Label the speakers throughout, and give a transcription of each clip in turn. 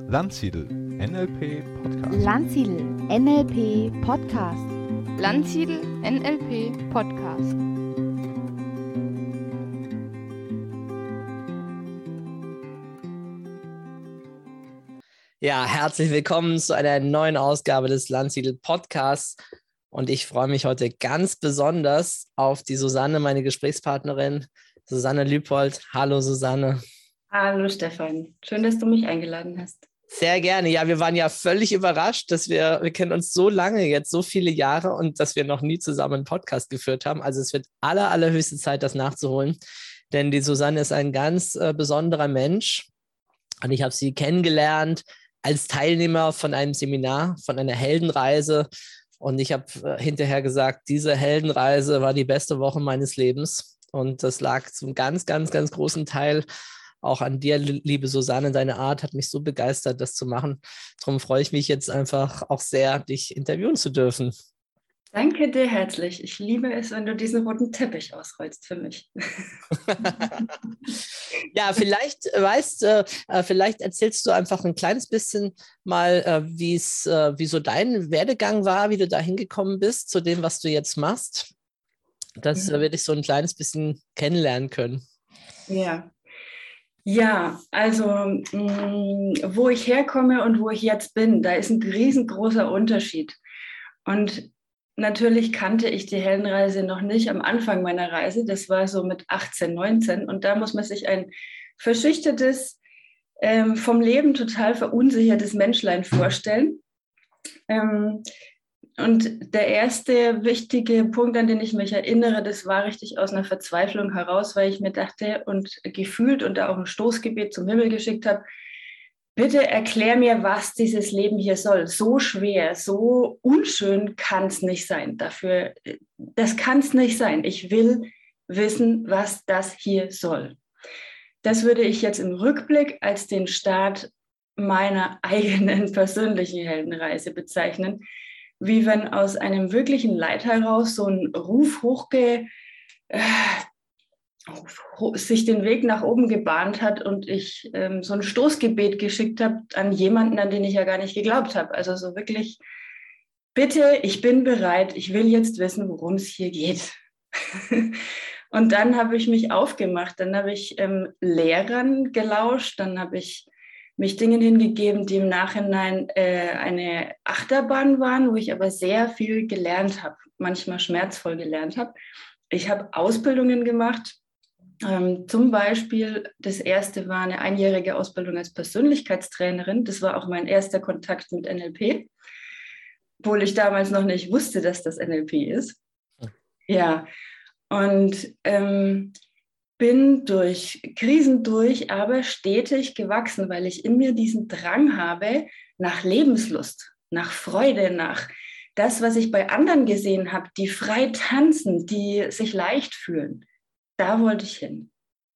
Speaker 1: Landsiedel NLP Podcast.
Speaker 2: Landsiedel NLP Podcast.
Speaker 3: Landsiedel NLP Podcast.
Speaker 4: Ja, herzlich willkommen zu einer neuen Ausgabe des Landsiedel Podcasts. Und ich freue mich heute ganz besonders auf die Susanne, meine Gesprächspartnerin, Susanne Lüpold. Hallo Susanne.
Speaker 5: Hallo Stefan, schön, dass du mich eingeladen hast.
Speaker 4: Sehr gerne. Ja, wir waren ja völlig überrascht, dass wir kennen uns so lange jetzt, so viele Jahre und dass wir noch nie zusammen einen Podcast geführt haben. Also es wird allerhöchste Zeit, das nachzuholen, denn die Susanne ist ein ganz besonderer Mensch und ich habe sie kennengelernt als Teilnehmer von einem Seminar, von einer Heldenreise und ich habe hinterher gesagt, diese Heldenreise war die beste Woche meines Lebens und das lag zum ganz großen Teil auch an dir, liebe Susanne. Deine Art hat mich so begeistert, das zu machen. Darum freue ich mich jetzt einfach auch sehr, dich interviewen zu dürfen.
Speaker 5: Danke dir herzlich. Ich liebe es, wenn du diesen roten Teppich ausrollst für mich.
Speaker 4: Ja, vielleicht erzählst du einfach ein kleines bisschen mal, wie so dein Werdegang war, wie du da hingekommen bist zu dem, was du jetzt machst. Das werde ich so ein kleines bisschen kennenlernen können.
Speaker 5: Ja, also wo ich herkomme und wo ich jetzt bin, da ist ein riesengroßer Unterschied. Und natürlich kannte ich die Heldenreise noch nicht am Anfang meiner Reise. Das war so mit 18, 19. Und da muss man sich ein verschüchtertes, vom Leben total verunsichertes Menschlein vorstellen. Und der erste wichtige Punkt, an den ich mich erinnere, das war richtig aus einer Verzweiflung heraus, weil ich mir dachte und gefühlt und da auch ein Stoßgebet zum Himmel geschickt habe, bitte erklär mir, was dieses Leben hier soll. So schwer, so unschön kann es nicht sein. Das kann es nicht sein. Ich will wissen, was das hier soll. Das würde ich jetzt im Rückblick als den Start meiner eigenen persönlichen Heldenreise bezeichnen. Wie wenn aus einem wirklichen Leid heraus so ein Ruf sich den Weg nach oben gebahnt hat und ich so ein Stoßgebet geschickt habe an jemanden, an den ich ja gar nicht geglaubt habe. Also so wirklich, bitte, ich bin bereit, ich will jetzt wissen, worum es hier geht. Und dann habe ich mich aufgemacht, dann habe ich Lehrern gelauscht, dann habe ich mich Dingen hingegeben, die im Nachhinein eine Achterbahn waren, wo ich aber sehr viel gelernt habe, manchmal schmerzvoll gelernt habe. Ich habe Ausbildungen gemacht, zum Beispiel das erste war eine einjährige Ausbildung als Persönlichkeitstrainerin. Das war auch mein erster Kontakt mit NLP, obwohl ich damals noch nicht wusste, dass das NLP ist. Ja, und bin durch Krisen aber stetig gewachsen, weil ich in mir diesen Drang habe nach Lebenslust, nach Freude, nach das, was ich bei anderen gesehen habe, die frei tanzen, die sich leicht fühlen. Da wollte ich hin.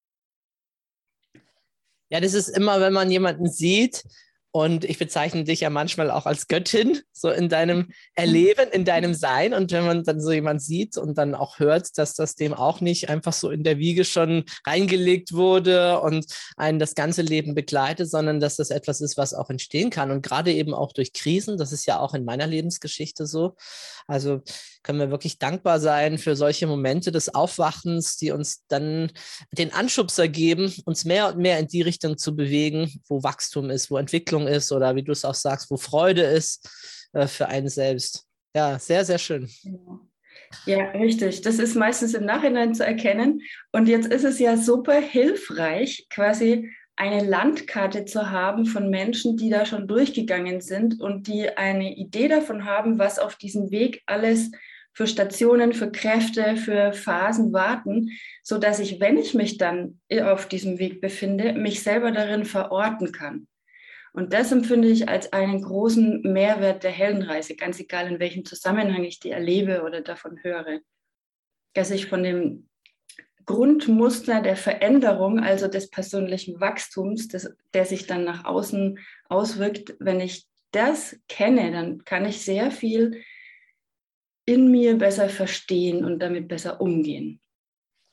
Speaker 4: Ja, das ist immer, wenn man jemanden sieht, und ich bezeichne dich ja manchmal auch als Göttin, so in deinem Erleben, in deinem Sein. Und wenn man dann so jemand sieht und dann auch hört, dass das dem auch nicht einfach so in der Wiege schon reingelegt wurde und einen das ganze Leben begleitet, sondern dass das etwas ist, was auch entstehen kann. Und gerade eben auch durch Krisen, das ist ja auch in meiner Lebensgeschichte so. Also können wir wirklich dankbar sein für solche Momente des Aufwachens, die uns dann den Anschubser geben, uns mehr und mehr in die Richtung zu bewegen, wo Wachstum ist, wo Entwicklung ist oder wie du es auch sagst, wo Freude ist für einen selbst. Ja, sehr schön.
Speaker 5: Ja, richtig. Das ist meistens im Nachhinein zu erkennen. Und jetzt ist es ja super hilfreich, quasi eine Landkarte zu haben von Menschen, die da schon durchgegangen sind und die eine Idee davon haben, was auf diesem Weg alles für Stationen, für Kräfte, für Phasen warten, sodass ich, wenn ich mich dann auf diesem Weg befinde, mich selber darin verorten kann. Und das empfinde ich als einen großen Mehrwert der Heldenreise, ganz egal in welchem Zusammenhang ich die erlebe oder davon höre. Dass ich von dem Grundmuster der Veränderung, also des persönlichen Wachstums, der sich dann nach außen auswirkt, wenn ich das kenne, dann kann ich sehr viel in mir besser verstehen und damit besser umgehen.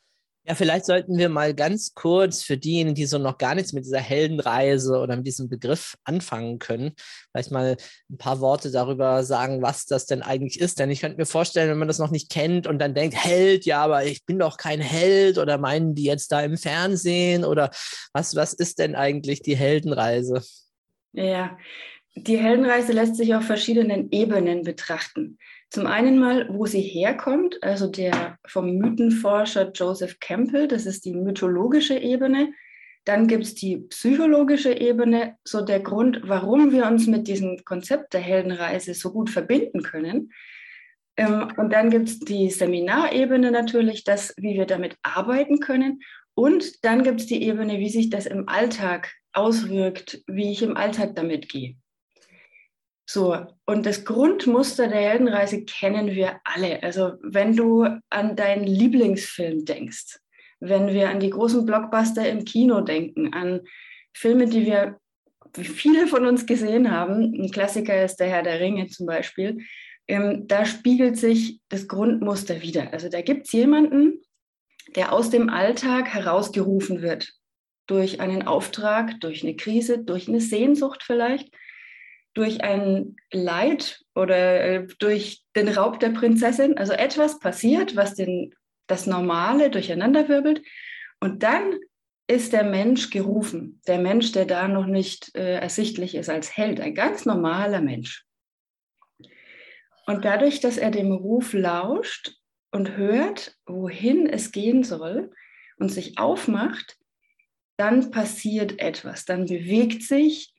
Speaker 4: Ja, vielleicht sollten wir mal ganz kurz für diejenigen, die so noch gar nichts mit dieser Heldenreise oder mit diesem Begriff anfangen können, vielleicht mal ein paar Worte darüber sagen, was das denn eigentlich ist. Denn ich könnte mir vorstellen, wenn man das noch nicht kennt und dann denkt, Held, ja, aber ich bin doch kein Held, oder meinen die jetzt da im Fernsehen, oder was ist denn eigentlich die Heldenreise?
Speaker 5: Ja, die Heldenreise lässt sich auf verschiedenen Ebenen betrachten. Zum einen mal, wo sie herkommt, also der vom Mythenforscher Joseph Campbell, das ist die mythologische Ebene. Dann gibt es die psychologische Ebene, so der Grund, warum wir uns mit diesem Konzept der Heldenreise so gut verbinden können. Und dann gibt es die Seminarebene natürlich, das, wie wir damit arbeiten können. Und dann gibt es die Ebene, wie sich das im Alltag auswirkt, wie ich im Alltag damit gehe. So, und das Grundmuster der Heldenreise kennen wir alle. Also wenn du an deinen Lieblingsfilm denkst, wenn wir an die großen Blockbuster im Kino denken, an Filme, die viele von uns gesehen haben, ein Klassiker ist der Herr der Ringe zum Beispiel, da spiegelt sich das Grundmuster wider. Also da gibt es jemanden, der aus dem Alltag herausgerufen wird, durch einen Auftrag, durch eine Krise, durch eine Sehnsucht vielleicht, durch ein Leid oder durch den Raub der Prinzessin. Also etwas passiert, was das Normale durcheinanderwirbelt. Und dann ist der Mensch gerufen. Der Mensch, der da noch nicht ersichtlich ist als Held. Ein ganz normaler Mensch. Und dadurch, dass er dem Ruf lauscht und hört, wohin es gehen soll und sich aufmacht, dann passiert etwas. Dann bewegt sich,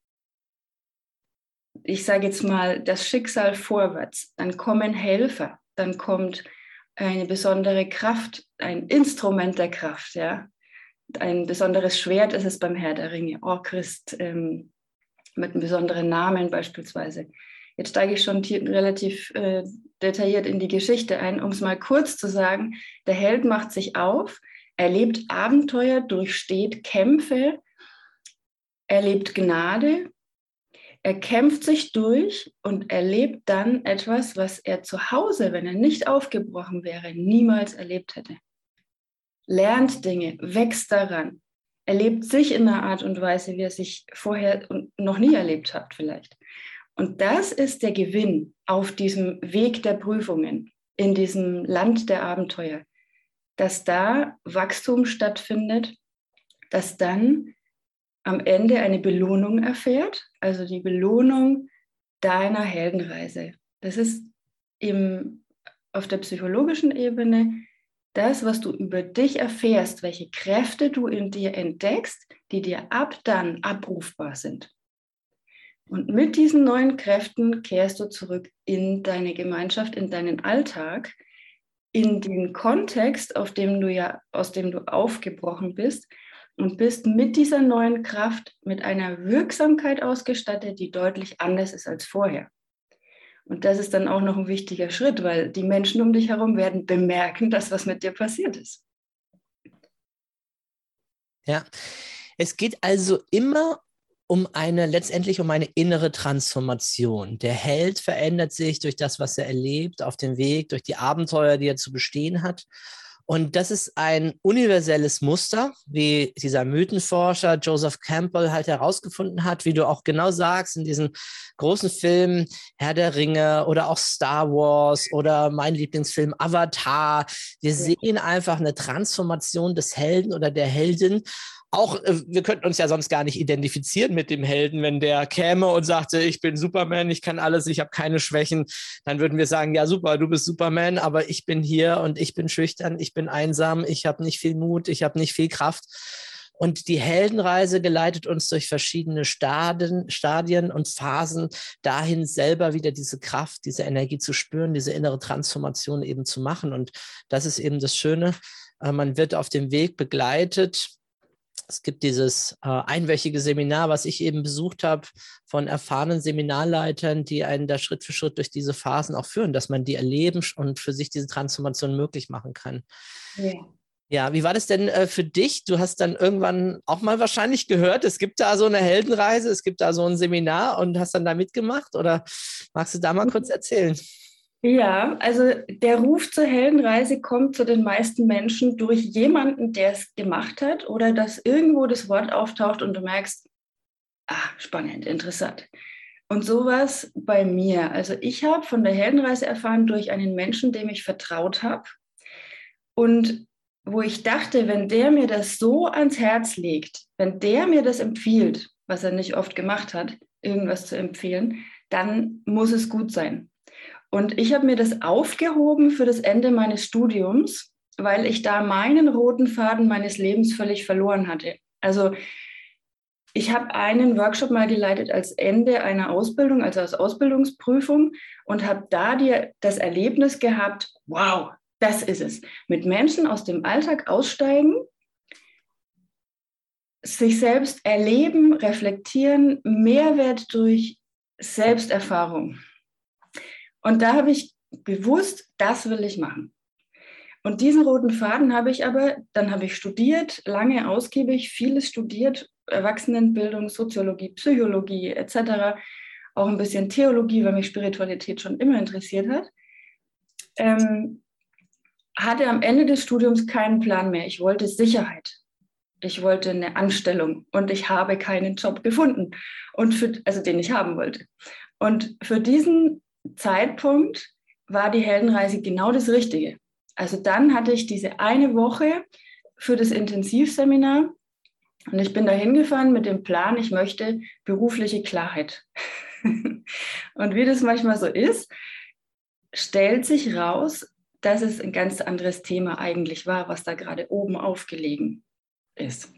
Speaker 5: ich sage jetzt mal, das Schicksal vorwärts. Dann kommen Helfer, dann kommt eine besondere Kraft, ein Instrument der Kraft. Ja? Ein besonderes Schwert ist es beim Herr der Ringe, Orchrist, mit einem besonderen Namen beispielsweise. Jetzt steige ich schon relativ detailliert in die Geschichte ein, um es mal kurz zu sagen. Der Held macht sich auf, erlebt Abenteuer, durchsteht Kämpfe, erlebt Gnade. Er kämpft sich durch und erlebt dann etwas, was er zu Hause, wenn er nicht aufgebrochen wäre, niemals erlebt hätte. Lernt Dinge, wächst daran, erlebt sich in einer Art und Weise, wie er sich vorher noch nie erlebt hat vielleicht. Und das ist der Gewinn auf diesem Weg der Prüfungen, in diesem Land der Abenteuer, dass da Wachstum stattfindet, dass dann am Ende eine Belohnung erfährt, also die Belohnung deiner Heldenreise. Das ist auf der psychologischen Ebene das, was du über dich erfährst, welche Kräfte du in dir entdeckst, die dir ab dann abrufbar sind. Und mit diesen neuen Kräften kehrst du zurück in deine Gemeinschaft, in deinen Alltag, in den Kontext, aus dem du aufgebrochen bist, und bist mit dieser neuen Kraft, mit einer Wirksamkeit ausgestattet, die deutlich anders ist als vorher. Und das ist dann auch noch ein wichtiger Schritt, weil die Menschen um dich herum werden bemerken, dass was mit dir passiert ist.
Speaker 4: Ja, es geht also immer letztendlich um eine innere Transformation. Der Held verändert sich durch das, was er erlebt, auf dem Weg, durch die Abenteuer, die er zu bestehen hat. Und das ist ein universelles Muster, wie dieser Mythenforscher Joseph Campbell halt herausgefunden hat, wie du auch genau sagst, in diesen großen Filmen Herr der Ringe oder auch Star Wars oder mein Lieblingsfilm Avatar. Wir sehen einfach eine Transformation des Helden oder der Heldin. Auch, wir könnten uns ja sonst gar nicht identifizieren mit dem Helden, wenn der käme und sagte, ich bin Superman, ich kann alles, ich habe keine Schwächen, dann würden wir sagen, ja super, du bist Superman, aber ich bin hier und ich bin schüchtern, ich bin einsam, ich habe nicht viel Mut, ich habe nicht viel Kraft. Und die Heldenreise geleitet uns durch verschiedene Stadien und Phasen dahin, selber wieder diese Kraft, diese Energie zu spüren, diese innere Transformation eben zu machen. Und das ist eben das Schöne, man wird auf dem Weg begleitet. Es gibt dieses einwöchige Seminar, was ich eben besucht habe, von erfahrenen Seminarleitern, die einen da Schritt für Schritt durch diese Phasen auch führen, dass man die erleben und für sich diese Transformation möglich machen kann. Ja. Ja, wie war das denn für dich? Du hast dann irgendwann auch mal wahrscheinlich gehört, es gibt da so eine Heldenreise, es gibt da so ein Seminar und hast dann da mitgemacht, oder magst du da mal kurz erzählen?
Speaker 5: Ja, also der Ruf zur Heldenreise kommt zu den meisten Menschen durch jemanden, der es gemacht hat oder dass irgendwo das Wort auftaucht und du merkst, spannend, interessant. Und sowas bei mir. Also ich habe von der Heldenreise erfahren durch einen Menschen, dem ich vertraut habe und wo ich dachte, wenn der mir das so ans Herz legt, wenn der mir das empfiehlt, was er nicht oft gemacht hat, irgendwas zu empfehlen, dann muss es gut sein. Und ich habe mir das aufgehoben für das Ende meines Studiums, weil ich da meinen roten Faden meines Lebens völlig verloren hatte. Also ich habe einen Workshop mal geleitet als Ende einer Ausbildung, also als Ausbildungsprüfung und habe da das Erlebnis gehabt, wow, das ist es. Mit Menschen aus dem Alltag aussteigen, sich selbst erleben, reflektieren, Mehrwert durch Selbsterfahrung. Und da habe ich bewusst, das will ich machen. Und diesen roten Faden habe ich aber, dann habe ich studiert, lange ausgiebig, vieles studiert, Erwachsenenbildung, Soziologie, Psychologie etc., auch ein bisschen Theologie, weil mich Spiritualität schon immer interessiert hat. Hatte am Ende des Studiums keinen Plan mehr. Ich wollte Sicherheit. Ich wollte eine Anstellung und ich habe keinen Job gefunden, den ich haben wollte. Und für diesen Zeitpunkt war die Heldenreise genau das Richtige. Also dann hatte ich diese eine Woche für das Intensivseminar und ich bin da hingefahren mit dem Plan, ich möchte berufliche Klarheit. Und wie das manchmal so ist, stellt sich raus, dass es ein ganz anderes Thema eigentlich war, was da gerade oben aufgelegen ist.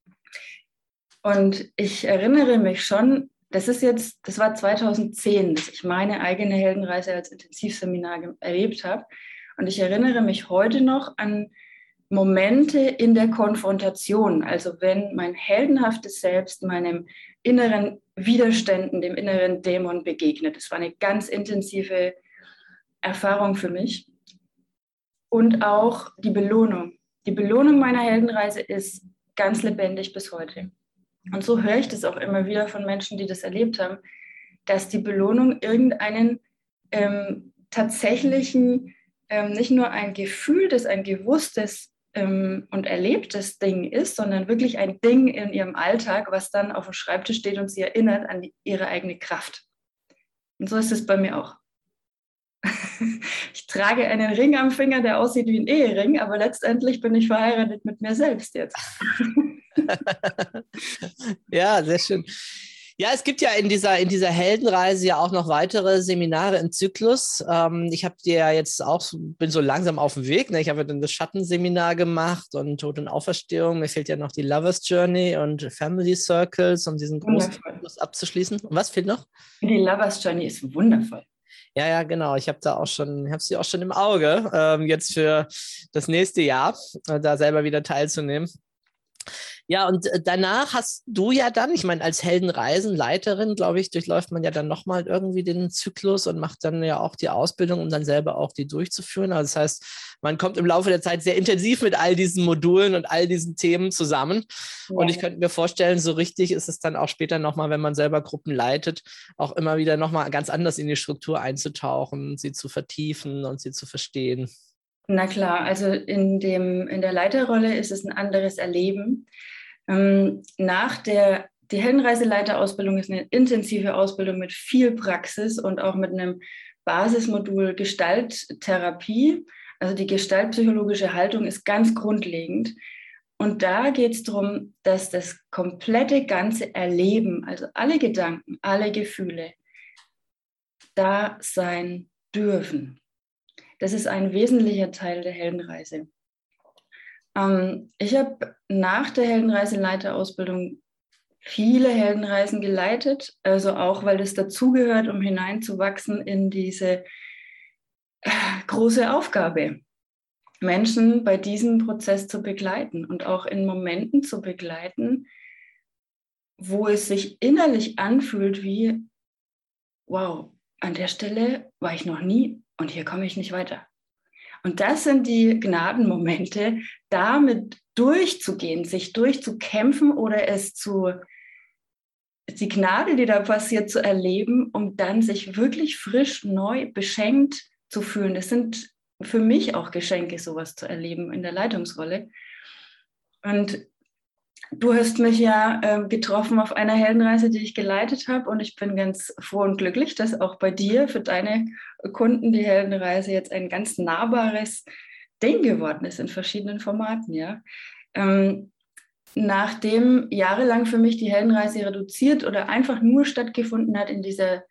Speaker 5: Und ich erinnere mich schon, das war 2010, dass ich meine eigene Heldenreise als Intensivseminar erlebt habe. Und ich erinnere mich heute noch an Momente in der Konfrontation, also wenn mein heldenhaftes Selbst meinem inneren Widerständen, dem inneren Dämon begegnet. Das war eine ganz intensive Erfahrung für mich. Und auch die Belohnung. Die Belohnung meiner Heldenreise ist ganz lebendig bis heute. Und so höre ich das auch immer wieder von Menschen, die das erlebt haben, dass die Belohnung irgendeinen tatsächlichen, nicht nur ein gefühltes, ein gewusstes und erlebtes Ding ist, sondern wirklich ein Ding in ihrem Alltag, was dann auf dem Schreibtisch steht und sie erinnert an ihre eigene Kraft. Und so ist es bei mir auch. Ich trage einen Ring am Finger, der aussieht wie ein Ehering, aber letztendlich bin ich verheiratet mit mir selbst jetzt.
Speaker 4: Ja, sehr schön. Ja, es gibt ja in dieser Heldenreise ja auch noch weitere Seminare im Zyklus. Ich habe dir ja jetzt auch, bin so langsam auf dem Weg. Ne? Ich habe dann das Schattenseminar gemacht und Tod und Auferstehung. Mir fehlt ja noch die Lovers Journey und Family Circles, um diesen großen Zyklus abzuschließen. Und was fehlt noch?
Speaker 5: Die Lovers Journey ist wundervoll.
Speaker 4: Ja, genau. Ich habe sie auch schon im Auge, jetzt für das nächste Jahr, da selber wieder teilzunehmen. Ja, und danach hast du ja dann, ich meine, als Heldenreisenleiterin, glaube ich, durchläuft man ja dann nochmal irgendwie den Zyklus und macht dann ja auch die Ausbildung, um dann selber auch die durchzuführen. Also das heißt, man kommt im Laufe der Zeit sehr intensiv mit all diesen Modulen und all diesen Themen zusammen. Ja. Und ich könnte mir vorstellen, so richtig ist es dann auch später nochmal, wenn man selber Gruppen leitet, auch immer wieder nochmal ganz anders in die Struktur einzutauchen, sie zu vertiefen und sie zu verstehen.
Speaker 5: Na klar, also in der Leiterrolle ist es ein anderes Erleben. Die Heldenreiseleiterausbildung ist eine intensive Ausbildung mit viel Praxis und auch mit einem Basismodul Gestalttherapie. Also die gestaltpsychologische Haltung ist ganz grundlegend. Und da geht es darum, dass das komplette ganze Erleben, also alle Gedanken, alle Gefühle, da sein dürfen. Das ist ein wesentlicher Teil der Heldenreise. Ich habe nach der Heldenreiseleiterausbildung viele Heldenreisen geleitet, also auch, weil es dazugehört, um hineinzuwachsen in diese große Aufgabe, Menschen bei diesem Prozess zu begleiten und auch in Momenten zu begleiten, wo es sich innerlich anfühlt wie, wow, an der Stelle war ich noch nie und hier komme ich nicht weiter. Und das sind die Gnadenmomente, damit durchzugehen, sich durchzukämpfen oder die Gnade, die da passiert, zu erleben, um dann sich wirklich frisch, neu, beschenkt zu fühlen. Das sind für mich auch Geschenke, sowas zu erleben in der Leitungsrolle. Und du hast mich ja getroffen auf einer Heldenreise, die ich geleitet habe, und ich bin ganz froh und glücklich, dass auch bei dir für deine Kunden die Heldenreise jetzt ein ganz nahbares Ding geworden ist in verschiedenen Formaten. Ja? Nachdem jahrelang für mich die Heldenreise reduziert oder einfach nur stattgefunden hat in dieser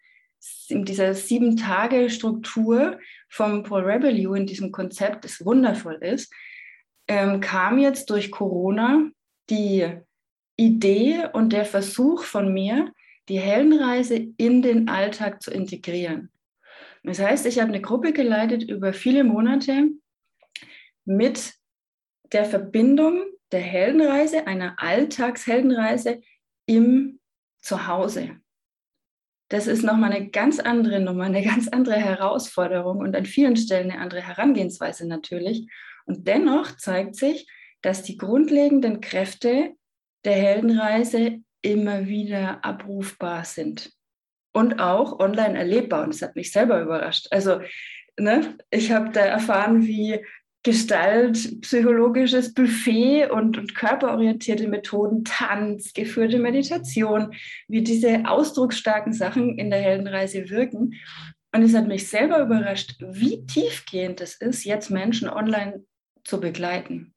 Speaker 5: 7-Tage-Struktur vom Paul Rebelliou, in diesem Konzept, das wundervoll ist, kam jetzt durch Corona die Idee und der Versuch von mir, die Heldenreise in den Alltag zu integrieren. Das heißt, ich habe eine Gruppe geleitet über viele Monate mit der Verbindung der Heldenreise, einer Alltagsheldenreise im Zuhause. Das ist nochmal eine ganz andere Nummer, eine ganz andere Herausforderung und an vielen Stellen eine andere Herangehensweise natürlich. Und dennoch zeigt sich, dass die grundlegenden Kräfte der Heldenreise immer wieder abrufbar sind und auch online erlebbar. Und das hat mich selber überrascht. Also, ich habe da erfahren, wie Gestalt, psychologisches Buffet und körperorientierte Methoden, Tanz, geführte Meditation, wie diese ausdrucksstarken Sachen in der Heldenreise wirken. Und es hat mich selber überrascht, wie tiefgehend es ist, jetzt Menschen online zu begleiten.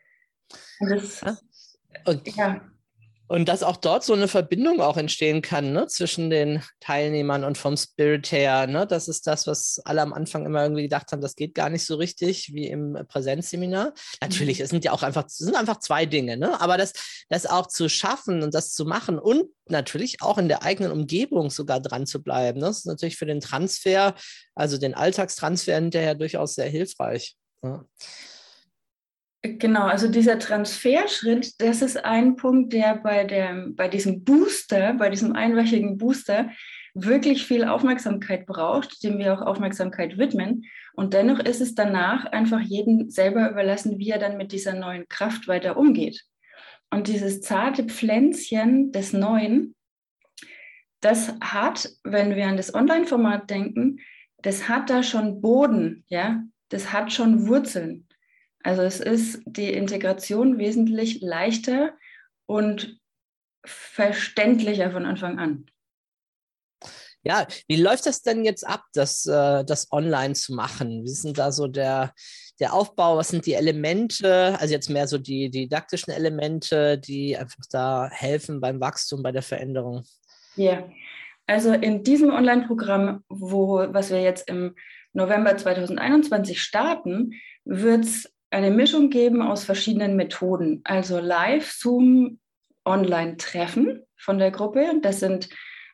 Speaker 4: Und dass auch dort so eine Verbindung auch entstehen kann, ne, zwischen den Teilnehmern und vom Spirit her. Ne? Das ist das, was alle am Anfang immer irgendwie gedacht haben, das geht gar nicht so richtig wie im Präsenzseminar. Natürlich, es sind ja auch einfach zwei Dinge, ne? Aber das auch zu schaffen und das zu machen und natürlich auch in der eigenen Umgebung sogar dran zu bleiben. Ne? Das ist natürlich für den Transfer, also den Alltagstransfer hinterher durchaus sehr hilfreich. Ja.
Speaker 5: Genau, also dieser Transferschritt, das ist ein Punkt, der bei diesem Booster, bei diesem einwöchigen Booster wirklich viel Aufmerksamkeit braucht, dem wir auch Aufmerksamkeit widmen. Und dennoch ist es danach einfach jedem selber überlassen, wie er dann mit dieser neuen Kraft weiter umgeht. Und dieses zarte Pflänzchen des Neuen, das hat, wenn wir an das Online-Format denken, das hat da schon Boden, ja, das hat schon Wurzeln. Also es ist die Integration wesentlich leichter und verständlicher von Anfang an.
Speaker 4: Ja, wie läuft das denn jetzt ab, das online zu machen? Wie ist denn da so der Aufbau? Was sind die Elemente? Also jetzt mehr so die didaktischen Elemente, die einfach da helfen beim Wachstum, bei der Veränderung.
Speaker 5: Ja, also in diesem Online-Programm, was wir jetzt im November 2021 starten, wird es eine Mischung geben aus verschiedenen Methoden. Also Live, Zoom, Online-Treffen von der Gruppe. Das sind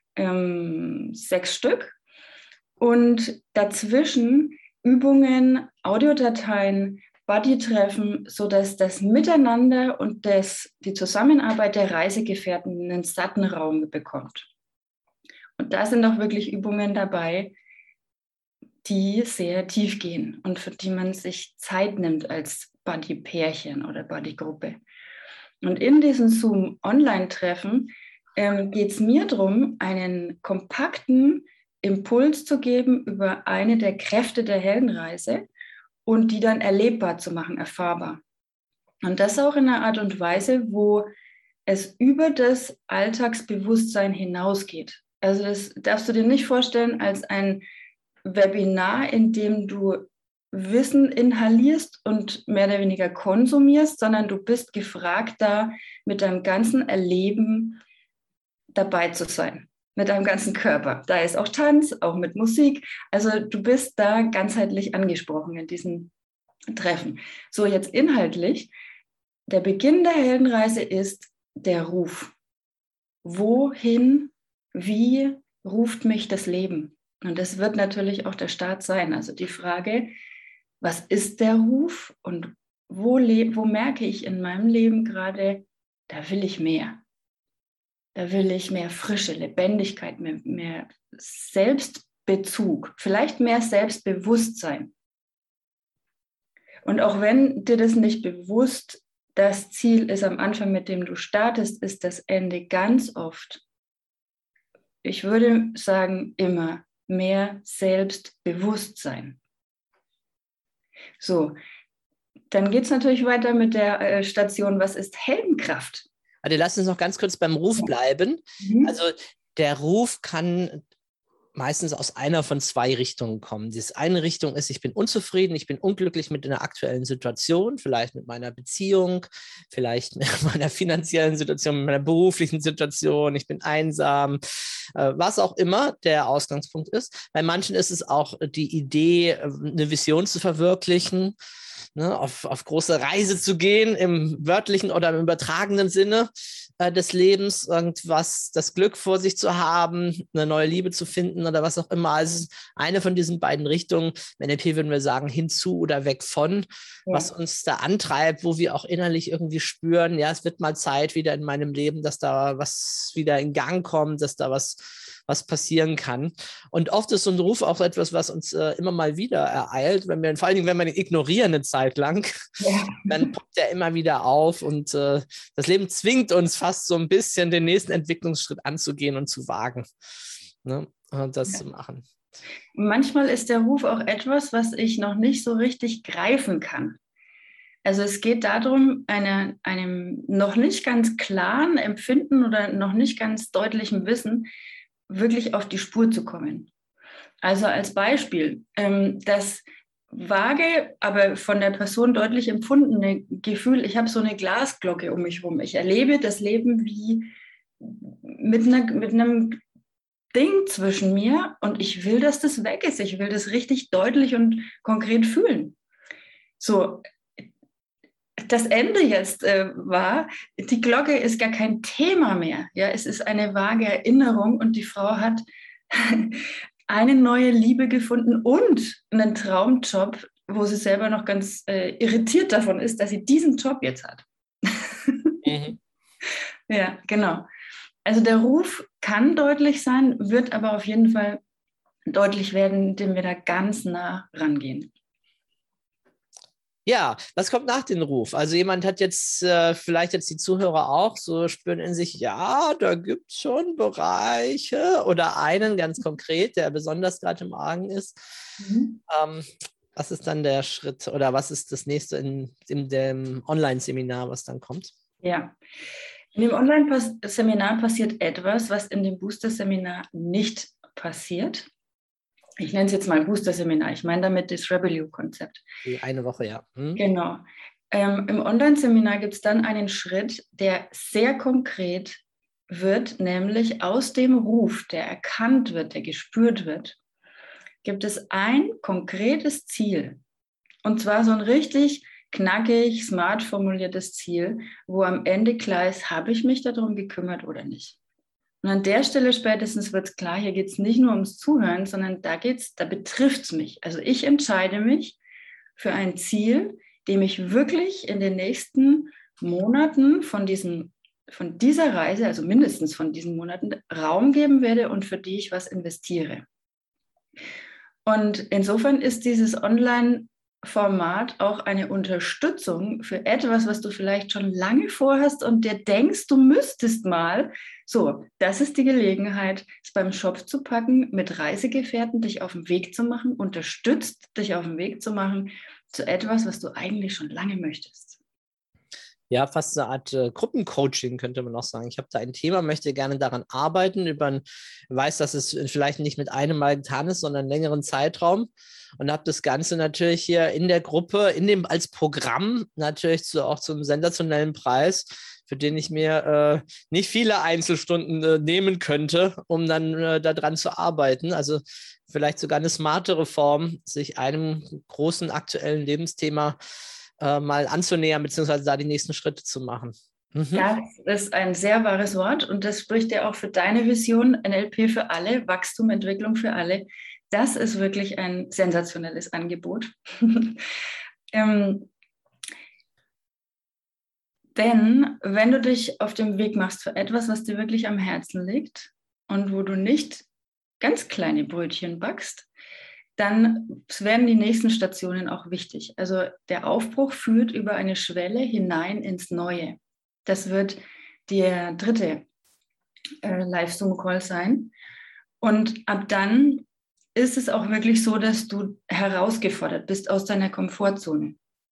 Speaker 5: 6 Stück. Und dazwischen Übungen, Audiodateien, Buddy-Treffen, sodass das Miteinander und die Zusammenarbeit der Reisegefährten einen satten Raum bekommt. Und da sind auch wirklich Übungen dabei, die sehr tief gehen und für die man sich Zeit nimmt als Buddy-Pärchen oder Buddy-Gruppe. Und in diesen Zoom-Online-Treffen geht es mir darum, einen kompakten Impuls zu geben über eine der Kräfte der Heldenreise und die dann erlebbar zu machen, erfahrbar. Und das auch in einer Art und Weise, wo es über das Alltagsbewusstsein hinausgeht. Also das darfst du dir nicht vorstellen als ein Webinar, in dem du Wissen inhalierst und mehr oder weniger konsumierst, sondern du bist gefragt, da mit deinem ganzen Erleben dabei zu sein, mit deinem ganzen Körper. Da ist auch Tanz, auch mit Musik. Also du bist da ganzheitlich angesprochen in diesen Treffen. So, jetzt inhaltlich, der Beginn der Heldenreise ist der Ruf. Wohin, wie ruft mich das Leben? Und das wird natürlich auch der Start sein. Also die Frage, was ist der Ruf und wo merke ich in meinem Leben gerade, da will ich mehr. Da will ich mehr Frische, Lebendigkeit, mehr Selbstbezug, vielleicht mehr Selbstbewusstsein. Und auch wenn dir das nicht bewusst das Ziel ist am Anfang, mit dem du startest, ist das Ende ganz oft, ich würde sagen, immer mehr Selbstbewusstsein. So, dann geht es natürlich weiter mit der Station, was ist Heldenkraft?
Speaker 4: Also lass uns noch ganz kurz beim Ruf bleiben. Also der Ruf kann meistens aus einer von zwei Richtungen kommen. Die eine Richtung ist, ich bin unzufrieden, ich bin unglücklich mit einer aktuellen Situation, vielleicht mit meiner Beziehung, vielleicht mit meiner finanziellen Situation, mit meiner beruflichen Situation, ich bin einsam, was auch immer der Ausgangspunkt ist. Bei manchen ist es auch die Idee, eine Vision zu verwirklichen, ne, auf große Reise zu gehen, im wörtlichen oder im übertragenen Sinne des Lebens, irgendwas, das Glück vor sich zu haben, eine neue Liebe zu finden oder was auch immer. Also eine von diesen beiden Richtungen, im NLP würden wir sagen, hinzu oder weg von, was uns da antreibt, wo wir auch innerlich irgendwie spüren, ja, es wird mal Zeit wieder in meinem Leben, dass da was wieder in Gang kommt, dass da was passieren kann. Und oft ist so ein Ruf auch etwas, was uns immer mal wieder ereilt, vor allen Dingen, wenn wir ihn ignorieren eine Zeit lang, dann poppt er immer wieder auf und das Leben zwingt uns fast so ein bisschen, den nächsten Entwicklungsschritt anzugehen und zu wagen, ne? Und das zu machen.
Speaker 5: Manchmal ist der Ruf auch etwas, was ich noch nicht so richtig greifen kann. Also es geht darum, einem noch nicht ganz klaren Empfinden oder noch nicht ganz deutlichem Wissen wirklich auf die Spur zu kommen. Also als Beispiel, das vage, aber von der Person deutlich empfundene Gefühl, ich habe so eine Glasglocke um mich herum. Ich erlebe das Leben wie mit einem Ding zwischen mir und ich will, dass das weg ist. Ich will das richtig deutlich und konkret fühlen. So, das Ende jetzt war, die Glocke ist gar kein Thema mehr. Ja, es ist eine vage Erinnerung und die Frau hat eine neue Liebe gefunden und einen Traumjob, wo sie selber noch ganz irritiert davon ist, dass sie diesen Job jetzt hat. Ja, genau. Also der Ruf kann deutlich sein, wird aber auf jeden Fall deutlich werden, indem wir da ganz nah rangehen.
Speaker 4: Ja, was kommt nach dem Ruf? Also jemand hat jetzt, vielleicht jetzt die Zuhörer auch, so spüren in sich, ja, da gibt es schon Bereiche oder einen ganz konkret, der besonders gerade im Argen ist. Was ist dann der Schritt oder was ist das nächste in dem Online-Seminar, was dann kommt?
Speaker 5: Ja, in dem Online-Seminar passiert etwas, was in dem Booster-Seminar nicht passiert. Ich nenne es jetzt mal Booster-Seminar. Ich meine damit das Rebel You-Konzept.
Speaker 4: Die eine Woche, ja.
Speaker 5: Genau. Im Online-Seminar gibt es dann einen Schritt, der sehr konkret wird, nämlich aus dem Ruf, der erkannt wird, der gespürt wird, gibt es ein konkretes Ziel. Und zwar so ein richtig knackig, smart formuliertes Ziel, wo am Ende klar ist, habe ich mich darum gekümmert oder nicht. Und an der Stelle spätestens wird es klar, hier geht es nicht nur ums Zuhören, sondern da betrifft es mich. Also ich entscheide mich für ein Ziel, dem ich wirklich in den nächsten Monaten von dieser Reise, also mindestens von diesen Monaten, Raum geben werde und für die ich was investiere. Und insofern ist dieses Online-Format auch eine Unterstützung für etwas, was du vielleicht schon lange vorhast und dir denkst, du müsstest mal. So, das ist die Gelegenheit, es beim Shop zu packen, mit Reisegefährten dich auf den Weg zu machen, unterstützt dich auf den Weg zu machen zu etwas, was du eigentlich schon lange möchtest.
Speaker 4: Ja, fast eine Art Gruppencoaching könnte man auch sagen. Ich habe da ein Thema, möchte gerne daran arbeiten, weiß, dass es vielleicht nicht mit einem Mal getan ist, sondern einen längeren Zeitraum und habe das Ganze natürlich hier in der Gruppe, als Programm natürlich auch zum sensationellen Preis, für den ich mir nicht viele Einzelstunden nehmen könnte, um dann daran zu arbeiten. Also vielleicht sogar eine smartere Form, sich einem großen aktuellen Lebensthema mal anzunähern, beziehungsweise da die nächsten Schritte zu machen.
Speaker 5: Das ist ein sehr wahres Wort und das spricht ja auch für deine Vision, NLP für alle, Wachstum, Entwicklung für alle. Das ist wirklich ein sensationelles Angebot. Denn wenn du dich auf den Weg machst für etwas, was dir wirklich am Herzen liegt und wo du nicht ganz kleine Brötchen backst, dann werden die nächsten Stationen auch wichtig. Also der Aufbruch führt über eine Schwelle hinein ins Neue. Das wird der 3. Live-Zoom-Call sein. Und ab dann ist es auch wirklich so, dass du herausgefordert bist aus deiner Komfortzone.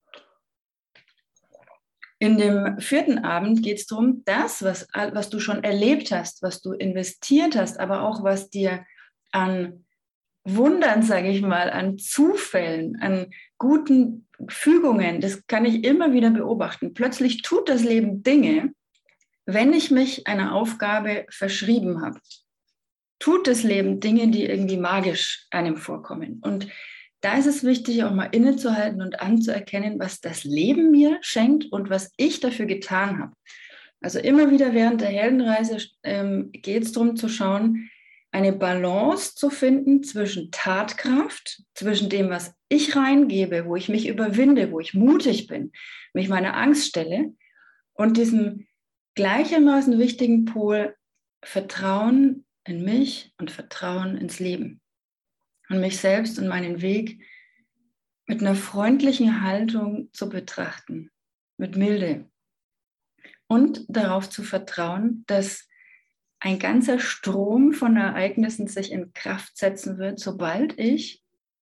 Speaker 5: In dem 4. Abend geht es darum, das, was du schon erlebt hast, was du investiert hast, aber auch was dir an Wundern, sage ich mal, an Zufällen, an guten Fügungen, das kann ich immer wieder beobachten. Plötzlich tut das Leben Dinge, wenn ich mich einer Aufgabe verschrieben habe. Tut das Leben Dinge, die irgendwie magisch einem vorkommen. Und da ist es wichtig, auch mal innezuhalten und anzuerkennen, was das Leben mir schenkt und was ich dafür getan habe. Also immer wieder während der Heldenreise geht es darum zu schauen, eine Balance zu finden zwischen Tatkraft, zwischen dem, was ich reingebe, wo ich mich überwinde, wo ich mutig bin, mich meiner Angst stelle, und diesem gleichermaßen wichtigen Pol Vertrauen in mich und Vertrauen ins Leben. Und mich selbst und meinen Weg mit einer freundlichen Haltung zu betrachten, mit Milde. Und darauf zu vertrauen, dass ein ganzer Strom von Ereignissen sich in Kraft setzen wird, sobald ich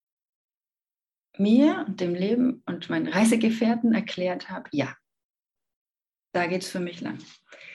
Speaker 5: mir und dem Leben und meinen Reisegefährten erklärt habe, ja, da geht es für mich lang.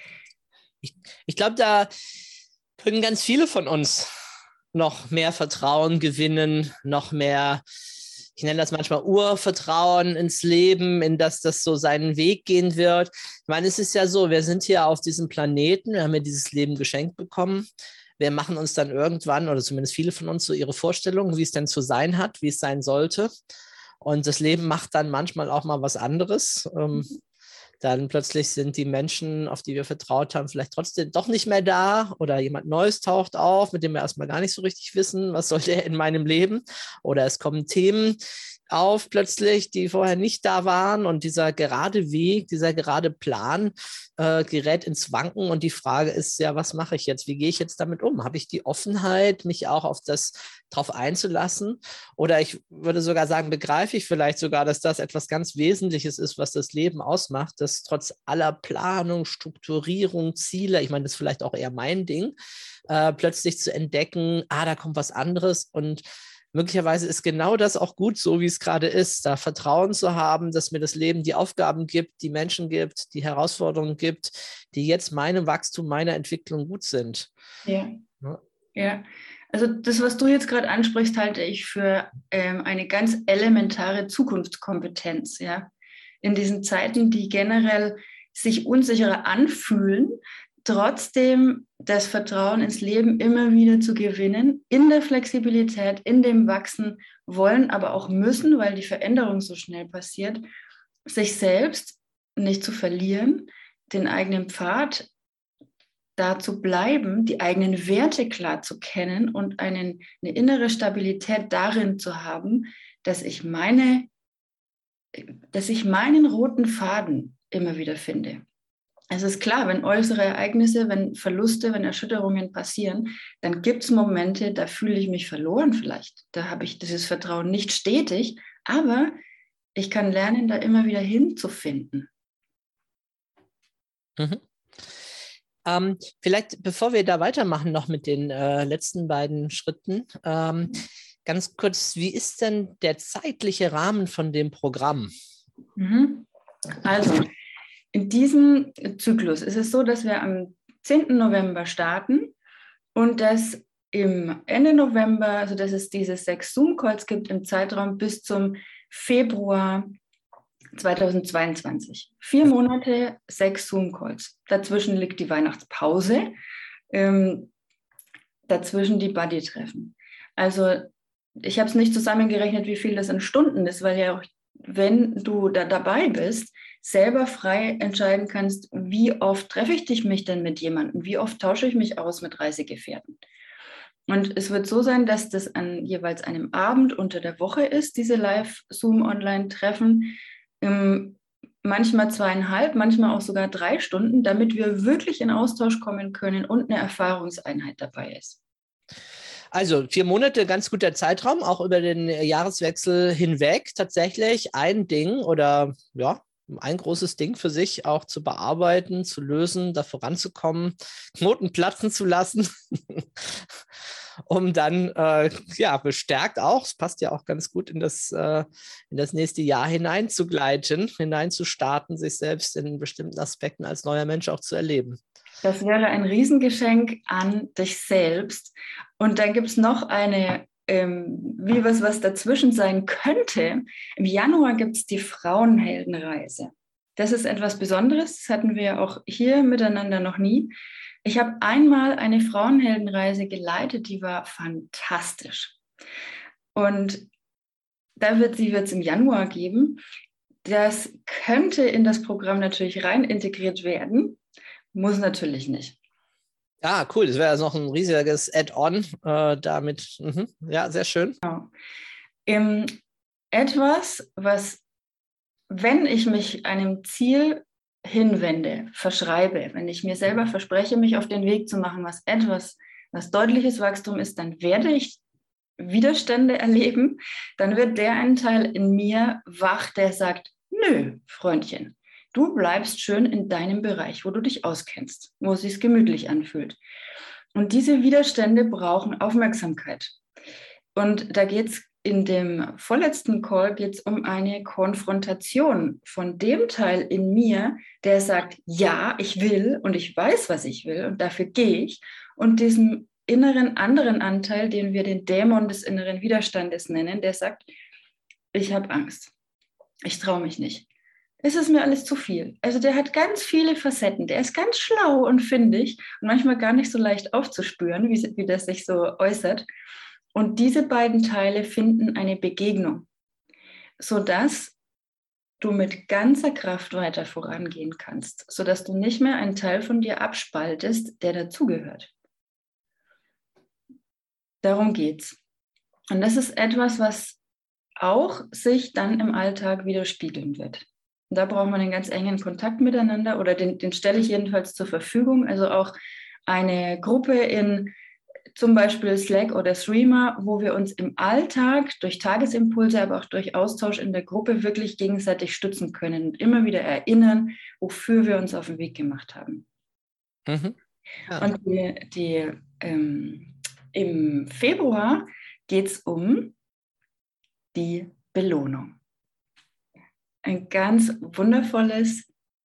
Speaker 4: Ich glaube, da können ganz viele von uns noch mehr Vertrauen gewinnen, noch mehr, ich nenne das manchmal Urvertrauen ins Leben, in das so seinen Weg gehen wird. Ich meine, es ist ja so, wir sind hier auf diesem Planeten, wir haben ja dieses Leben geschenkt bekommen. Wir machen uns dann irgendwann, oder zumindest viele von uns, so ihre Vorstellungen, wie es denn zu sein hat, wie es sein sollte. Und das Leben macht dann manchmal auch mal was anderes. Dann plötzlich sind die Menschen, auf die wir vertraut haben, vielleicht trotzdem doch nicht mehr da, oder jemand Neues taucht auf, mit dem wir erstmal gar nicht so richtig wissen, was soll der in meinem Leben, oder es kommen Themen auf plötzlich, die vorher nicht da waren, und dieser gerade Weg, dieser gerade Plan gerät ins Wanken, und die Frage ist ja, was mache ich jetzt? Wie gehe ich jetzt damit um? Habe ich die Offenheit, mich auch auf das drauf einzulassen? Oder ich würde sogar sagen, begreife ich vielleicht sogar, dass das etwas ganz Wesentliches ist, was das Leben ausmacht, dass trotz aller Planung, Strukturierung, Ziele, ich meine, das ist vielleicht auch eher mein Ding, plötzlich zu entdecken, da kommt was anderes, und möglicherweise ist genau das auch gut so, wie es gerade ist, da Vertrauen zu haben, dass mir das Leben die Aufgaben gibt, die Menschen gibt, die Herausforderungen gibt, die jetzt meinem Wachstum, meiner Entwicklung gut sind.
Speaker 5: Ja. Also das, was du jetzt gerade ansprichst, halte ich für eine ganz elementare Zukunftskompetenz. Ja? In diesen Zeiten, die generell sich unsicherer anfühlen, trotzdem das Vertrauen ins Leben immer wieder zu gewinnen, in der Flexibilität, in dem Wachsen wollen, aber auch müssen, weil die Veränderung so schnell passiert, sich selbst nicht zu verlieren, den eigenen Pfad da zu bleiben, die eigenen Werte klar zu kennen und eine innere Stabilität darin zu haben, dass ich meinen roten Faden immer wieder finde. Es ist klar, wenn äußere Ereignisse, wenn Verluste, wenn Erschütterungen passieren, dann gibt es Momente, da fühle ich mich verloren vielleicht. Da habe ich dieses Vertrauen nicht stetig, aber ich kann lernen, da immer wieder hinzufinden.
Speaker 4: Vielleicht, bevor wir da weitermachen, noch mit den letzten beiden Schritten, ganz kurz, wie ist denn der zeitliche Rahmen von dem Programm?
Speaker 5: Also, in diesem Zyklus ist es so, dass wir am 10. November starten und dass im Ende November, also dass es diese 6 Zoom-Calls gibt im Zeitraum bis zum Februar 2022. 4 Monate, 6 Zoom-Calls. Dazwischen liegt die Weihnachtspause, dazwischen die Buddy-Treffen. Also ich habe es nicht zusammengerechnet, wie viel das in Stunden ist, weil ja auch, wenn du da dabei bist, selber frei entscheiden kannst, wie oft treffe ich mich denn mit jemandem, wie oft tausche ich mich aus mit Reisegefährten. Und es wird so sein, dass das an jeweils einem Abend unter der Woche ist, diese Live-Zoom-Online-Treffen, manchmal 2,5, manchmal auch sogar 3 Stunden, damit wir wirklich in Austausch kommen können und eine Erfahrungseinheit dabei ist.
Speaker 4: Also 4 Monate, ganz guter Zeitraum, auch über den Jahreswechsel hinweg tatsächlich ein Ding oder ja, ein großes Ding für sich auch zu bearbeiten, zu lösen, da voranzukommen, Knoten platzen zu lassen. um dann bestärkt auch, es passt ja auch ganz gut in das nächste Jahr hineinzugleiten, hineinzustarten, sich selbst in bestimmten Aspekten als neuer Mensch auch zu erleben.
Speaker 5: Das wäre ein Riesengeschenk an dich selbst. Und dann gibt es noch eine, wie was dazwischen sein könnte. Im Januar gibt es die Frauenheldenreise. Das ist etwas Besonderes, das hatten wir auch hier miteinander noch nie. Ich habe einmal eine Frauenheldenreise geleitet, die war fantastisch. Und sie wird es im Januar geben. Das könnte in das Programm natürlich rein integriert werden, muss natürlich nicht.
Speaker 4: Ja, cool, das wäre also noch ein riesiges Add-on damit. Ja, sehr schön.
Speaker 5: Genau. Etwas, was, wenn ich mich einem Ziel hinwende, verschreibe, wenn ich mir selber verspreche, mich auf den Weg zu machen, was deutliches Wachstum ist, dann werde ich Widerstände erleben, dann wird der ein Teil in mir wach, der sagt, nö, Freundchen, du bleibst schön in deinem Bereich, wo du dich auskennst, wo es sich gemütlich anfühlt. Und diese Widerstände brauchen Aufmerksamkeit. Und da geht es in dem vorletzten Call um eine Konfrontation von dem Teil in mir, der sagt, ja, ich will und ich weiß, was ich will und dafür gehe ich. Und diesem inneren anderen Anteil, den wir den Dämon des inneren Widerstandes nennen, der sagt, ich habe Angst, ich traue mich nicht. Es ist mir alles zu viel. Also der hat ganz viele Facetten, der ist ganz schlau und findig und manchmal gar nicht so leicht aufzuspüren, wie das sich so äußert. Und diese beiden Teile finden eine Begegnung, sodass du mit ganzer Kraft weiter vorangehen kannst, sodass du nicht mehr einen Teil von dir abspaltest, der dazugehört. Darum geht's. Und das ist etwas, was auch sich dann im Alltag widerspiegeln wird. Und da braucht man einen ganz engen Kontakt miteinander oder den stelle ich jedenfalls zur Verfügung. Also auch eine Gruppe in zum Beispiel Slack oder Threema, wo wir uns im Alltag durch Tagesimpulse, aber auch durch Austausch in der Gruppe wirklich gegenseitig stützen können und immer wieder erinnern, wofür wir uns auf den Weg gemacht haben.
Speaker 4: Mhm. Ja.
Speaker 5: Und im Februar geht es um die Belohnung. Ein ganz wundervolles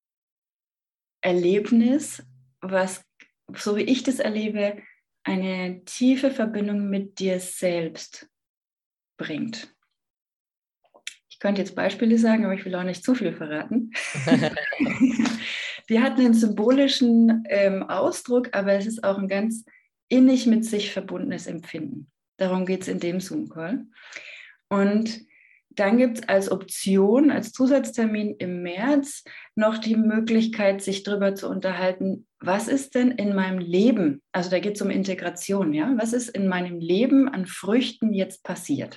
Speaker 5: Erlebnis, was, so wie ich das erlebe, eine tiefe Verbindung mit dir selbst bringt. Ich könnte jetzt Beispiele sagen, aber ich will auch nicht zu viel verraten. Die hat einen symbolischen Ausdruck, aber es ist auch ein ganz innig mit sich verbundenes Empfinden. Darum geht es in dem Zoom-Call. Und dann gibt es als Option, als Zusatztermin im März noch die Möglichkeit, sich darüber zu unterhalten, was ist denn in meinem Leben, also da geht es um Integration, ja, was ist in meinem Leben an Früchten jetzt passiert?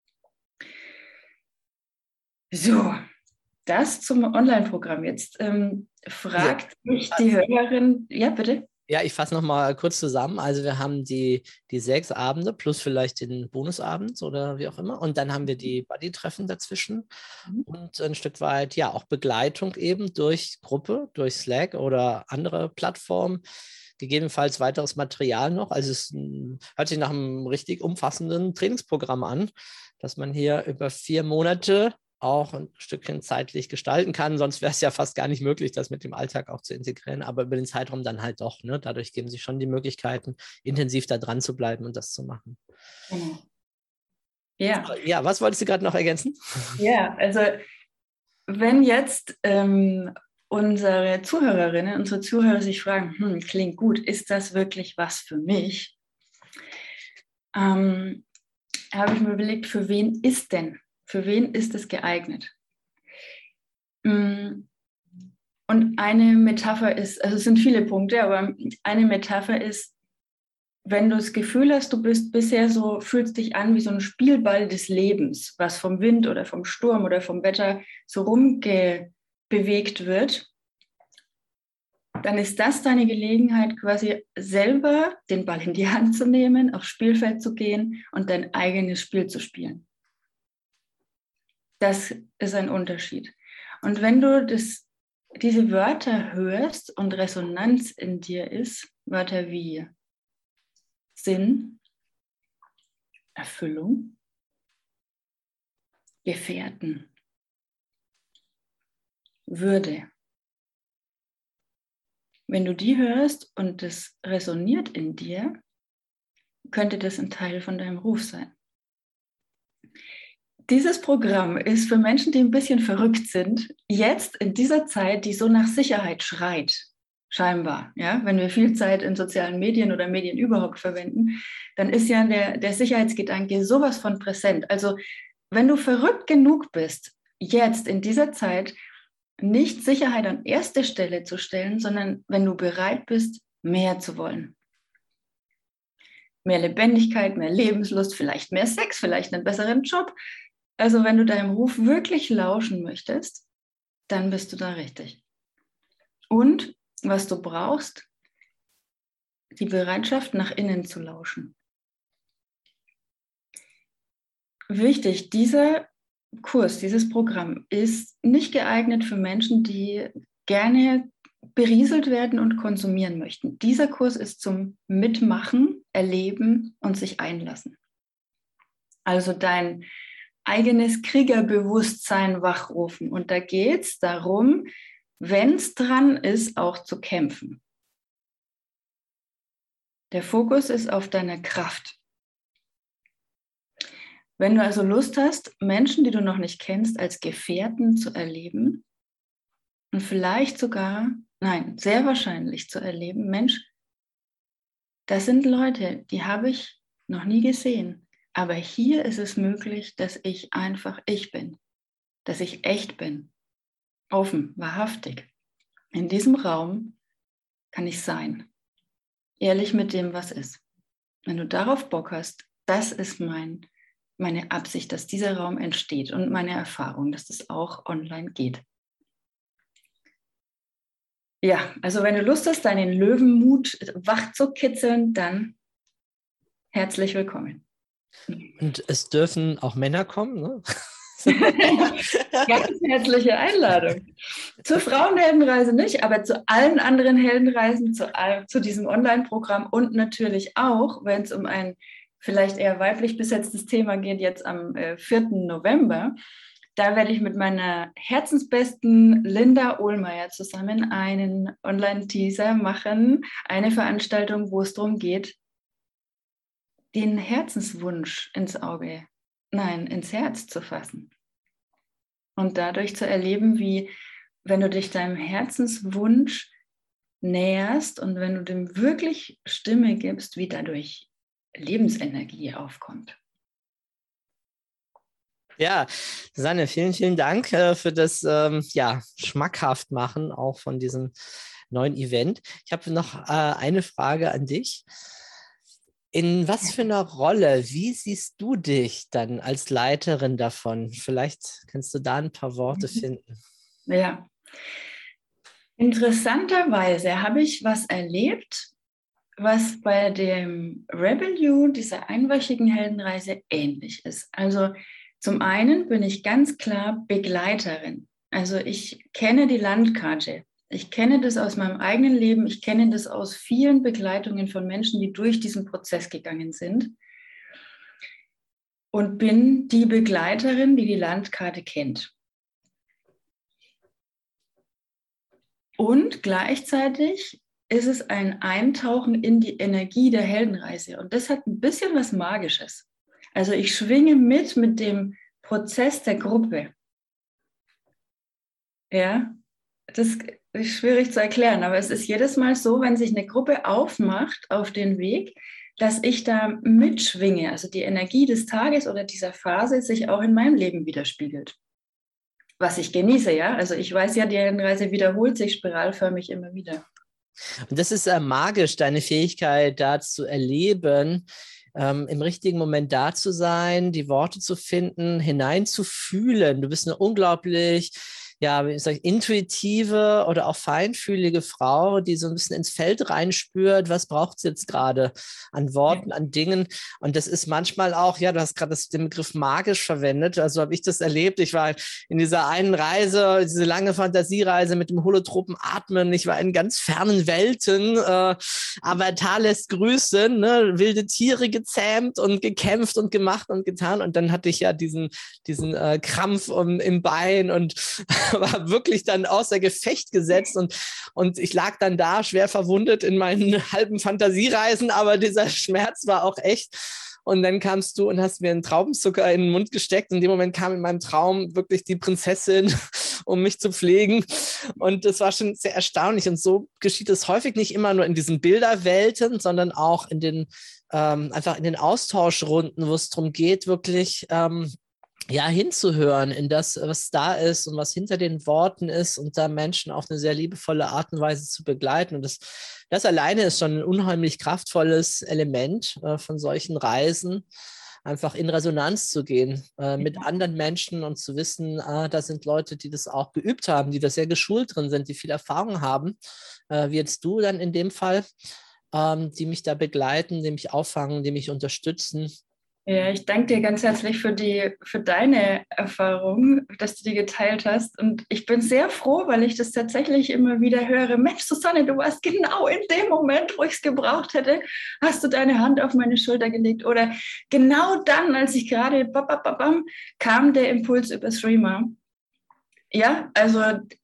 Speaker 5: So, das zum Online-Programm. Jetzt fragt mich die Hörerin, ja bitte?
Speaker 4: Ja, ich fasse nochmal kurz zusammen. Also wir haben die 6 Abende plus vielleicht den Bonusabend oder wie auch immer. Und dann haben wir die Buddy-Treffen dazwischen und ein Stück weit, ja, auch Begleitung eben durch Gruppe, durch Slack oder andere Plattformen. Gegebenenfalls weiteres Material noch. Also es hört sich nach einem richtig umfassenden Trainingsprogramm an, dass man hier über 4 Monate auch ein Stückchen zeitlich gestalten kann. Sonst wäre es ja fast gar nicht möglich, das mit dem Alltag auch zu integrieren. Aber über den Zeitraum dann halt doch. Ne? Dadurch geben sich schon die Möglichkeiten, intensiv da dran zu bleiben und das zu machen.
Speaker 5: Genau. Ja.
Speaker 4: So, ja, was wolltest du gerade noch ergänzen?
Speaker 5: Ja, also wenn jetzt unsere Zuhörerinnen, unsere Zuhörer sich fragen, klingt gut, ist das wirklich was für mich? Habe ich mir überlegt, für wen ist es geeignet? Und eine Metapher ist, also es sind viele Punkte, aber eine Metapher ist, wenn du das Gefühl hast, du bist bisher so, fühlst dich an wie so ein Spielball des Lebens, was vom Wind oder vom Sturm oder vom Wetter so rumgebewegt wird, dann ist das deine Gelegenheit, quasi selber den Ball in die Hand zu nehmen, aufs Spielfeld zu gehen und dein eigenes Spiel zu spielen. Das ist ein Unterschied. Und wenn du diese Wörter hörst und Resonanz in dir ist, Wörter wie Sinn, Erfüllung, Gefährten, Würde. Wenn du die hörst und das resoniert in dir, könnte das ein Teil von deinem Ruf sein. Dieses Programm ist für Menschen, die ein bisschen verrückt sind, jetzt in dieser Zeit, die so nach Sicherheit schreit, scheinbar. Ja? Wenn wir viel Zeit in sozialen Medien oder Medien überhaupt verwenden, dann ist ja der Sicherheitsgedanke sowas von präsent. Also wenn du verrückt genug bist, jetzt in dieser Zeit nicht Sicherheit an erste Stelle zu stellen, sondern wenn du bereit bist, mehr zu wollen. Mehr Lebendigkeit, mehr Lebenslust, vielleicht mehr Sex, vielleicht einen besseren Job. Also wenn du deinem Ruf wirklich lauschen möchtest, dann bist du da richtig. Und was du brauchst, die Bereitschaft, nach innen zu lauschen. Wichtig, dieser Kurs, dieses Programm ist nicht geeignet für Menschen, die gerne berieselt werden und konsumieren möchten. Dieser Kurs ist zum Mitmachen, Erleben und sich einlassen. Also dein eigenes Kriegerbewusstsein wachrufen. Und da geht es darum, wenn es dran ist, auch zu kämpfen. Der Fokus ist auf deiner Kraft. Wenn du also Lust hast, Menschen, die du noch nicht kennst, als Gefährten zu erleben und vielleicht sogar, nein, sehr wahrscheinlich zu erleben, Mensch, das sind Leute, die habe ich noch nie gesehen. Aber hier ist es möglich, dass ich einfach ich bin, dass ich echt bin, offen, wahrhaftig. In diesem Raum kann ich sein, ehrlich mit dem, was ist. Wenn du darauf Bock hast, das ist meine Absicht, dass dieser Raum entsteht und meine Erfahrung, dass das auch online geht. Ja, also wenn du Lust hast, deinen Löwenmut wach zu kitzeln, dann herzlich willkommen.
Speaker 4: Und es dürfen auch Männer kommen, ne?
Speaker 5: Ganz herzliche Einladung. Zur Frauenheldenreise nicht, aber zu allen anderen Heldenreisen, zu diesem Online-Programm und natürlich auch, wenn es um ein vielleicht eher weiblich besetztes Thema geht, jetzt am 4. November. Da werde ich mit meiner herzensbesten Linda Ohlmeier zusammen einen Online-Teaser machen, eine Veranstaltung, wo es darum geht, den Herzenswunsch ins Herz zu fassen. Und dadurch zu erleben, wie, wenn du dich deinem Herzenswunsch näherst und wenn du dem wirklich Stimme gibst, wie dadurch Lebensenergie aufkommt.
Speaker 4: Ja, Susanne, vielen, vielen Dank für das schmackhaft machen auch von diesem neuen Event. Ich habe noch eine Frage an dich. In was für einer Rolle, wie siehst du dich dann als Leiterin davon? Vielleicht kannst du da ein paar Worte finden.
Speaker 5: Ja, interessanterweise habe ich was erlebt, was bei dem Rebel You, dieser einwöchigen Heldenreise, ähnlich ist. Also zum einen bin ich ganz klar Begleiterin. Also ich kenne die Landkarte. Ich kenne das aus meinem eigenen Leben. Ich kenne das aus vielen Begleitungen von Menschen, die durch diesen Prozess gegangen sind. Und bin die Begleiterin, die die Landkarte kennt. Und gleichzeitig ist es ein Eintauchen in die Energie der Heldenreise. Und das hat ein bisschen was Magisches. Also ich schwinge mit dem Prozess der Gruppe. Ja, das ist schwierig zu erklären, aber es ist jedes Mal so, wenn sich eine Gruppe aufmacht auf den Weg, dass ich da mitschwinge, also die Energie des Tages oder dieser Phase sich auch in meinem Leben widerspiegelt. Was ich genieße, ja. Also ich weiß ja, die Heldenreise wiederholt sich spiralförmig immer wieder.
Speaker 4: Und das ist magisch, deine Fähigkeit, da zu erleben, im richtigen Moment da zu sein, die Worte zu finden, hineinzufühlen. Du bist eine unglaublich ja, wie sag ich, intuitive oder auch feinfühlige Frau, die so ein bisschen ins Feld reinspürt, was braucht es jetzt gerade an Worten, an Dingen. Und das ist manchmal auch, ja, du hast gerade den Begriff magisch verwendet, also habe ich das erlebt. Ich war in dieser einen Reise, diese lange Fantasiereise mit dem holotropen Atmen, ich war in ganz fernen Welten, Avatar lässt grüßen, ne? Wilde Tiere gezähmt und gekämpft und gemacht und getan und dann hatte ich ja diesen Krampf im Bein und war wirklich dann außer Gefecht gesetzt und ich lag dann da schwer verwundet in meinen halben Fantasiereisen, aber dieser Schmerz war auch echt. Und dann kamst du und hast mir einen Traubenzucker in den Mund gesteckt. In dem Moment kam in meinem Traum wirklich die Prinzessin, um mich zu pflegen. Und das war schon sehr erstaunlich. Und so geschieht es häufig nicht immer nur in diesen Bilderwelten, sondern auch in den einfach in den Austauschrunden, wo es darum geht, wirklich hinzuhören in das, was da ist und was hinter den Worten ist und da Menschen auf eine sehr liebevolle Art und Weise zu begleiten. Und das alleine ist schon ein unheimlich kraftvolles Element von solchen Reisen, einfach in Resonanz zu gehen mit anderen Menschen und zu wissen, da sind Leute, die das auch geübt haben, die da sehr geschult drin sind, die viel Erfahrung haben, wie jetzt du dann in dem Fall, die mich da begleiten, die mich auffangen, die mich unterstützen.
Speaker 5: Ja, ich danke dir ganz herzlich für deine Erfahrung, dass du die geteilt hast. Und ich bin sehr froh, weil ich das tatsächlich immer wieder höre. Mensch, Susanne, du warst genau in dem Moment, wo ich es gebraucht hätte, hast du deine Hand auf meine Schulter gelegt. Oder genau dann, als ich gerade kam der Impuls über Streamer. Ja, also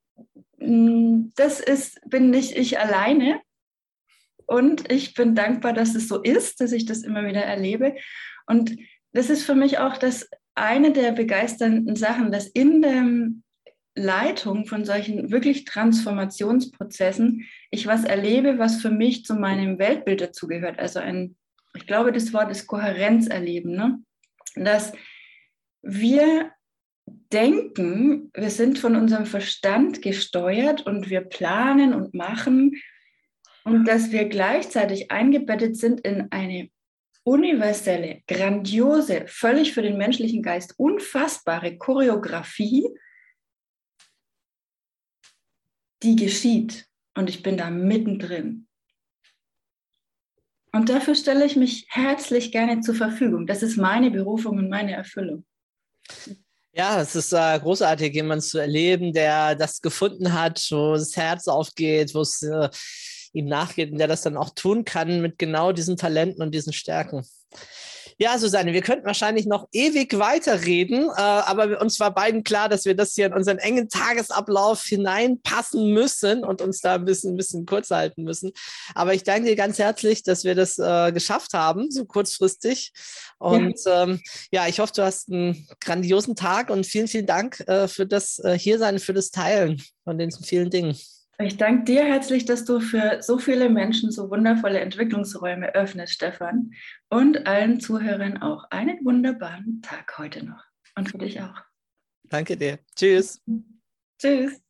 Speaker 5: bin nicht ich alleine. Und ich bin dankbar, dass es so ist, dass ich das immer wieder erlebe. Und das ist für mich auch eine der begeisternden Sachen, dass in der Leitung von solchen wirklich Transformationsprozessen ich was erlebe, was für mich zu meinem Weltbild dazugehört. Also ich glaube, das Wort ist Kohärenz erleben, ne? Dass wir denken, wir sind von unserem Verstand gesteuert und wir planen und machen und dass wir gleichzeitig eingebettet sind in eine universelle, grandiose, völlig für den menschlichen Geist unfassbare Choreografie, die geschieht. Und ich bin da mittendrin. Und dafür stelle ich mich herzlich gerne zur Verfügung. Das ist meine Berufung und meine Erfüllung.
Speaker 4: Ja, es ist großartig, jemanden zu erleben, der das gefunden hat, wo das Herz aufgeht, wo es ihm nachgeht und der das dann auch tun kann mit genau diesen Talenten und diesen Stärken. Ja, Susanne, wir könnten wahrscheinlich noch ewig weiterreden, aber uns war beiden klar, dass wir das hier in unseren engen Tagesablauf hineinpassen müssen und uns da ein bisschen kurz halten müssen. Aber ich danke dir ganz herzlich, dass wir das geschafft haben, so kurzfristig. Und ich hoffe, du hast einen grandiosen Tag und vielen, vielen Dank für das Hiersein, für das Teilen von den vielen Dingen.
Speaker 5: Ich danke dir herzlich, dass du für so viele Menschen so wundervolle Entwicklungsräume öffnest, Stefan. Und allen Zuhörern auch einen wunderbaren Tag heute noch. Und für dich auch.
Speaker 4: Danke dir. Tschüss.
Speaker 5: Tschüss.